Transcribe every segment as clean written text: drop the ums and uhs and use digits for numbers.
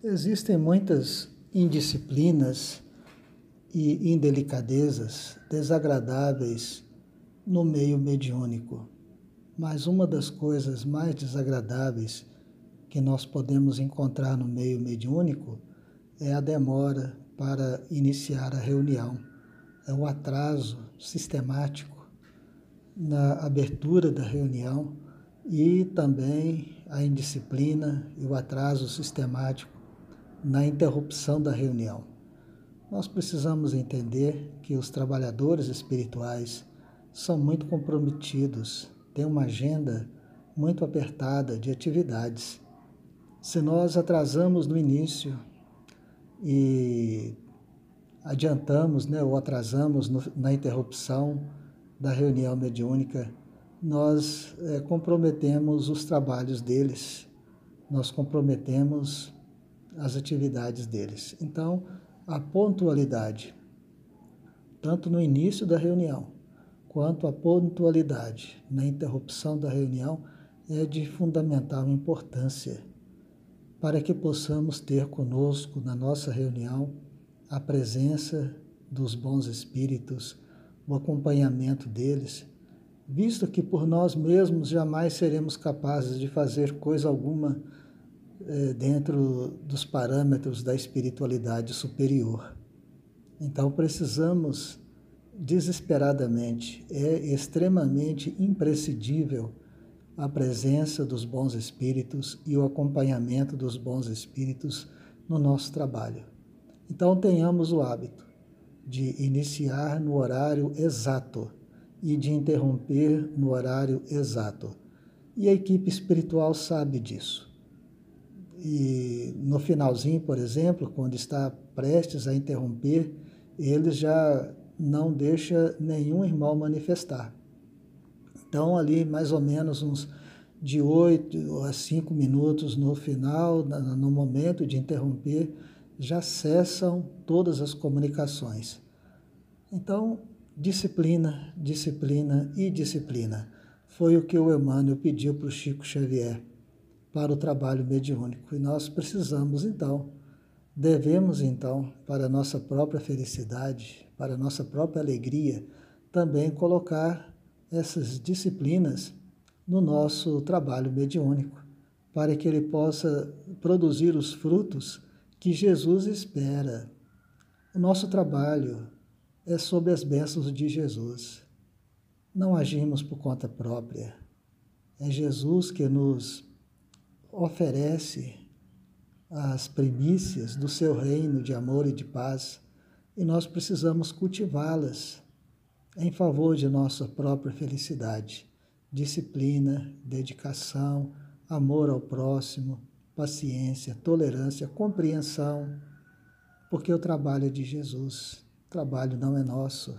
Existem muitas indisciplinas e indelicadezas desagradáveis no meio mediúnico, mas uma das coisas mais desagradáveis que nós podemos encontrar no meio mediúnico é a demora para iniciar a reunião, é o atraso sistemático na abertura da reunião e também a indisciplina e o atraso sistemático na interrupção da reunião. Nós precisamos entender que os trabalhadores espirituais são muito comprometidos, têm uma agenda muito apertada de atividades. Se nós atrasamos no início e adiantamos, ou atrasamos na interrupção da reunião mediúnica, nós comprometemos os trabalhos deles, nós comprometemos as atividades deles. Então, a pontualidade, tanto no início da reunião, quanto a pontualidade na interrupção da reunião, é de fundamental importância para que possamos ter conosco na nossa reunião a presença dos bons espíritos, o acompanhamento deles, visto que por nós mesmos jamais seremos capazes de fazer coisa alguma dentro dos parâmetros da espiritualidade superior. Então precisamos desesperadamente, é extremamente imprescindível a presença dos bons espíritos e o acompanhamento dos bons espíritos no nosso trabalho. Então tenhamos o hábito de iniciar no horário exato e de interromper no horário exato. E a equipe espiritual sabe disso. E no finalzinho, por exemplo, quando está prestes a interromper, eles já não deixam nenhum irmão manifestar. Então, ali mais ou menos uns de 8 a 5 minutos no final, no momento de interromper, já cessam todas as comunicações. Então, disciplina, disciplina e disciplina. Foi o que o Emmanuel pediu para o Chico Xavier para o trabalho mediúnico. E nós precisamos, então, devemos, então, para a nossa própria felicidade, para a nossa própria alegria, também colocar essas disciplinas no nosso trabalho mediúnico, para que ele possa produzir os frutos que Jesus espera. O nosso trabalho é sob as bênçãos de Jesus. Não agimos por conta própria. É Jesus que nos oferece as primícias do seu reino de amor e de paz, e nós precisamos cultivá-las em favor de nossa própria felicidade. Disciplina, dedicação, amor ao próximo, paciência, tolerância, compreensão, porque o trabalho é de Jesus, o trabalho não é nosso.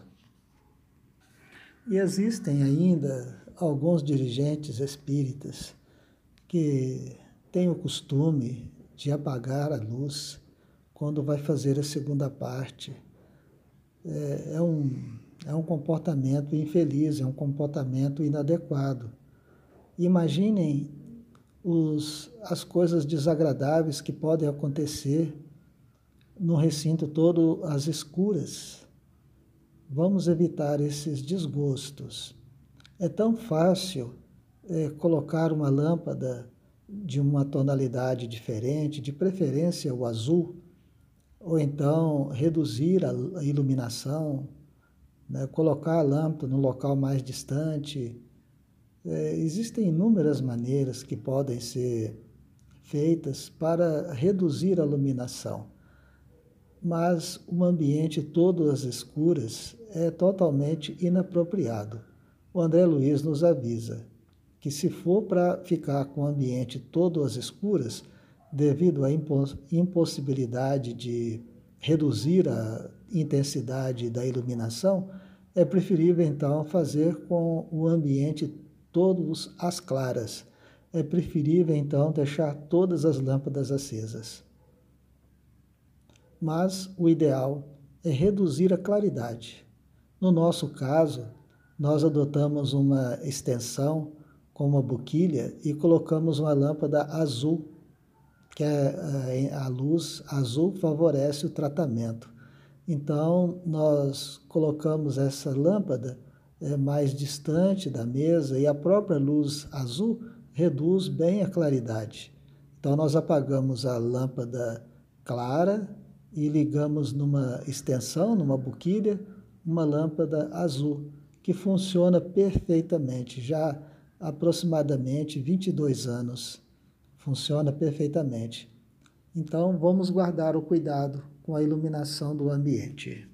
E existem ainda alguns dirigentes espíritas que têm o costume de apagar a luz quando vai fazer a segunda parte. É um comportamento infeliz, é um comportamento inadequado. Imaginem as coisas desagradáveis que podem acontecer num recinto todo às escuras. Vamos evitar esses desgostos. É tão fácil colocar uma lâmpada de uma tonalidade diferente, de preferência o azul, ou então reduzir a iluminação, colocar a lâmpada no local mais distante. Existem inúmeras maneiras que podem ser feitas para reduzir a iluminação, mas um ambiente todo às escuras é totalmente inapropriado. O André Luiz nos avisa que se for para ficar com o ambiente todo às escuras, devido à impossibilidade de reduzir a intensidade da iluminação, é preferível então fazer com o ambiente todos às claras. É preferível então deixar todas as lâmpadas acesas. Mas o ideal é reduzir a claridade. No nosso caso, nós adotamos uma extensão com uma boquilha e colocamos uma lâmpada azul, que a luz azul favorece o tratamento. Então, nós colocamos essa lâmpada mais distante da mesa e a própria luz azul reduz bem a claridade. Então, nós apagamos a lâmpada clara e ligamos numa extensão, numa boquilha, uma lâmpada azul, que funciona perfeitamente, já há aproximadamente 22 anos. Funciona perfeitamente. Então, vamos guardar o cuidado com a iluminação do ambiente.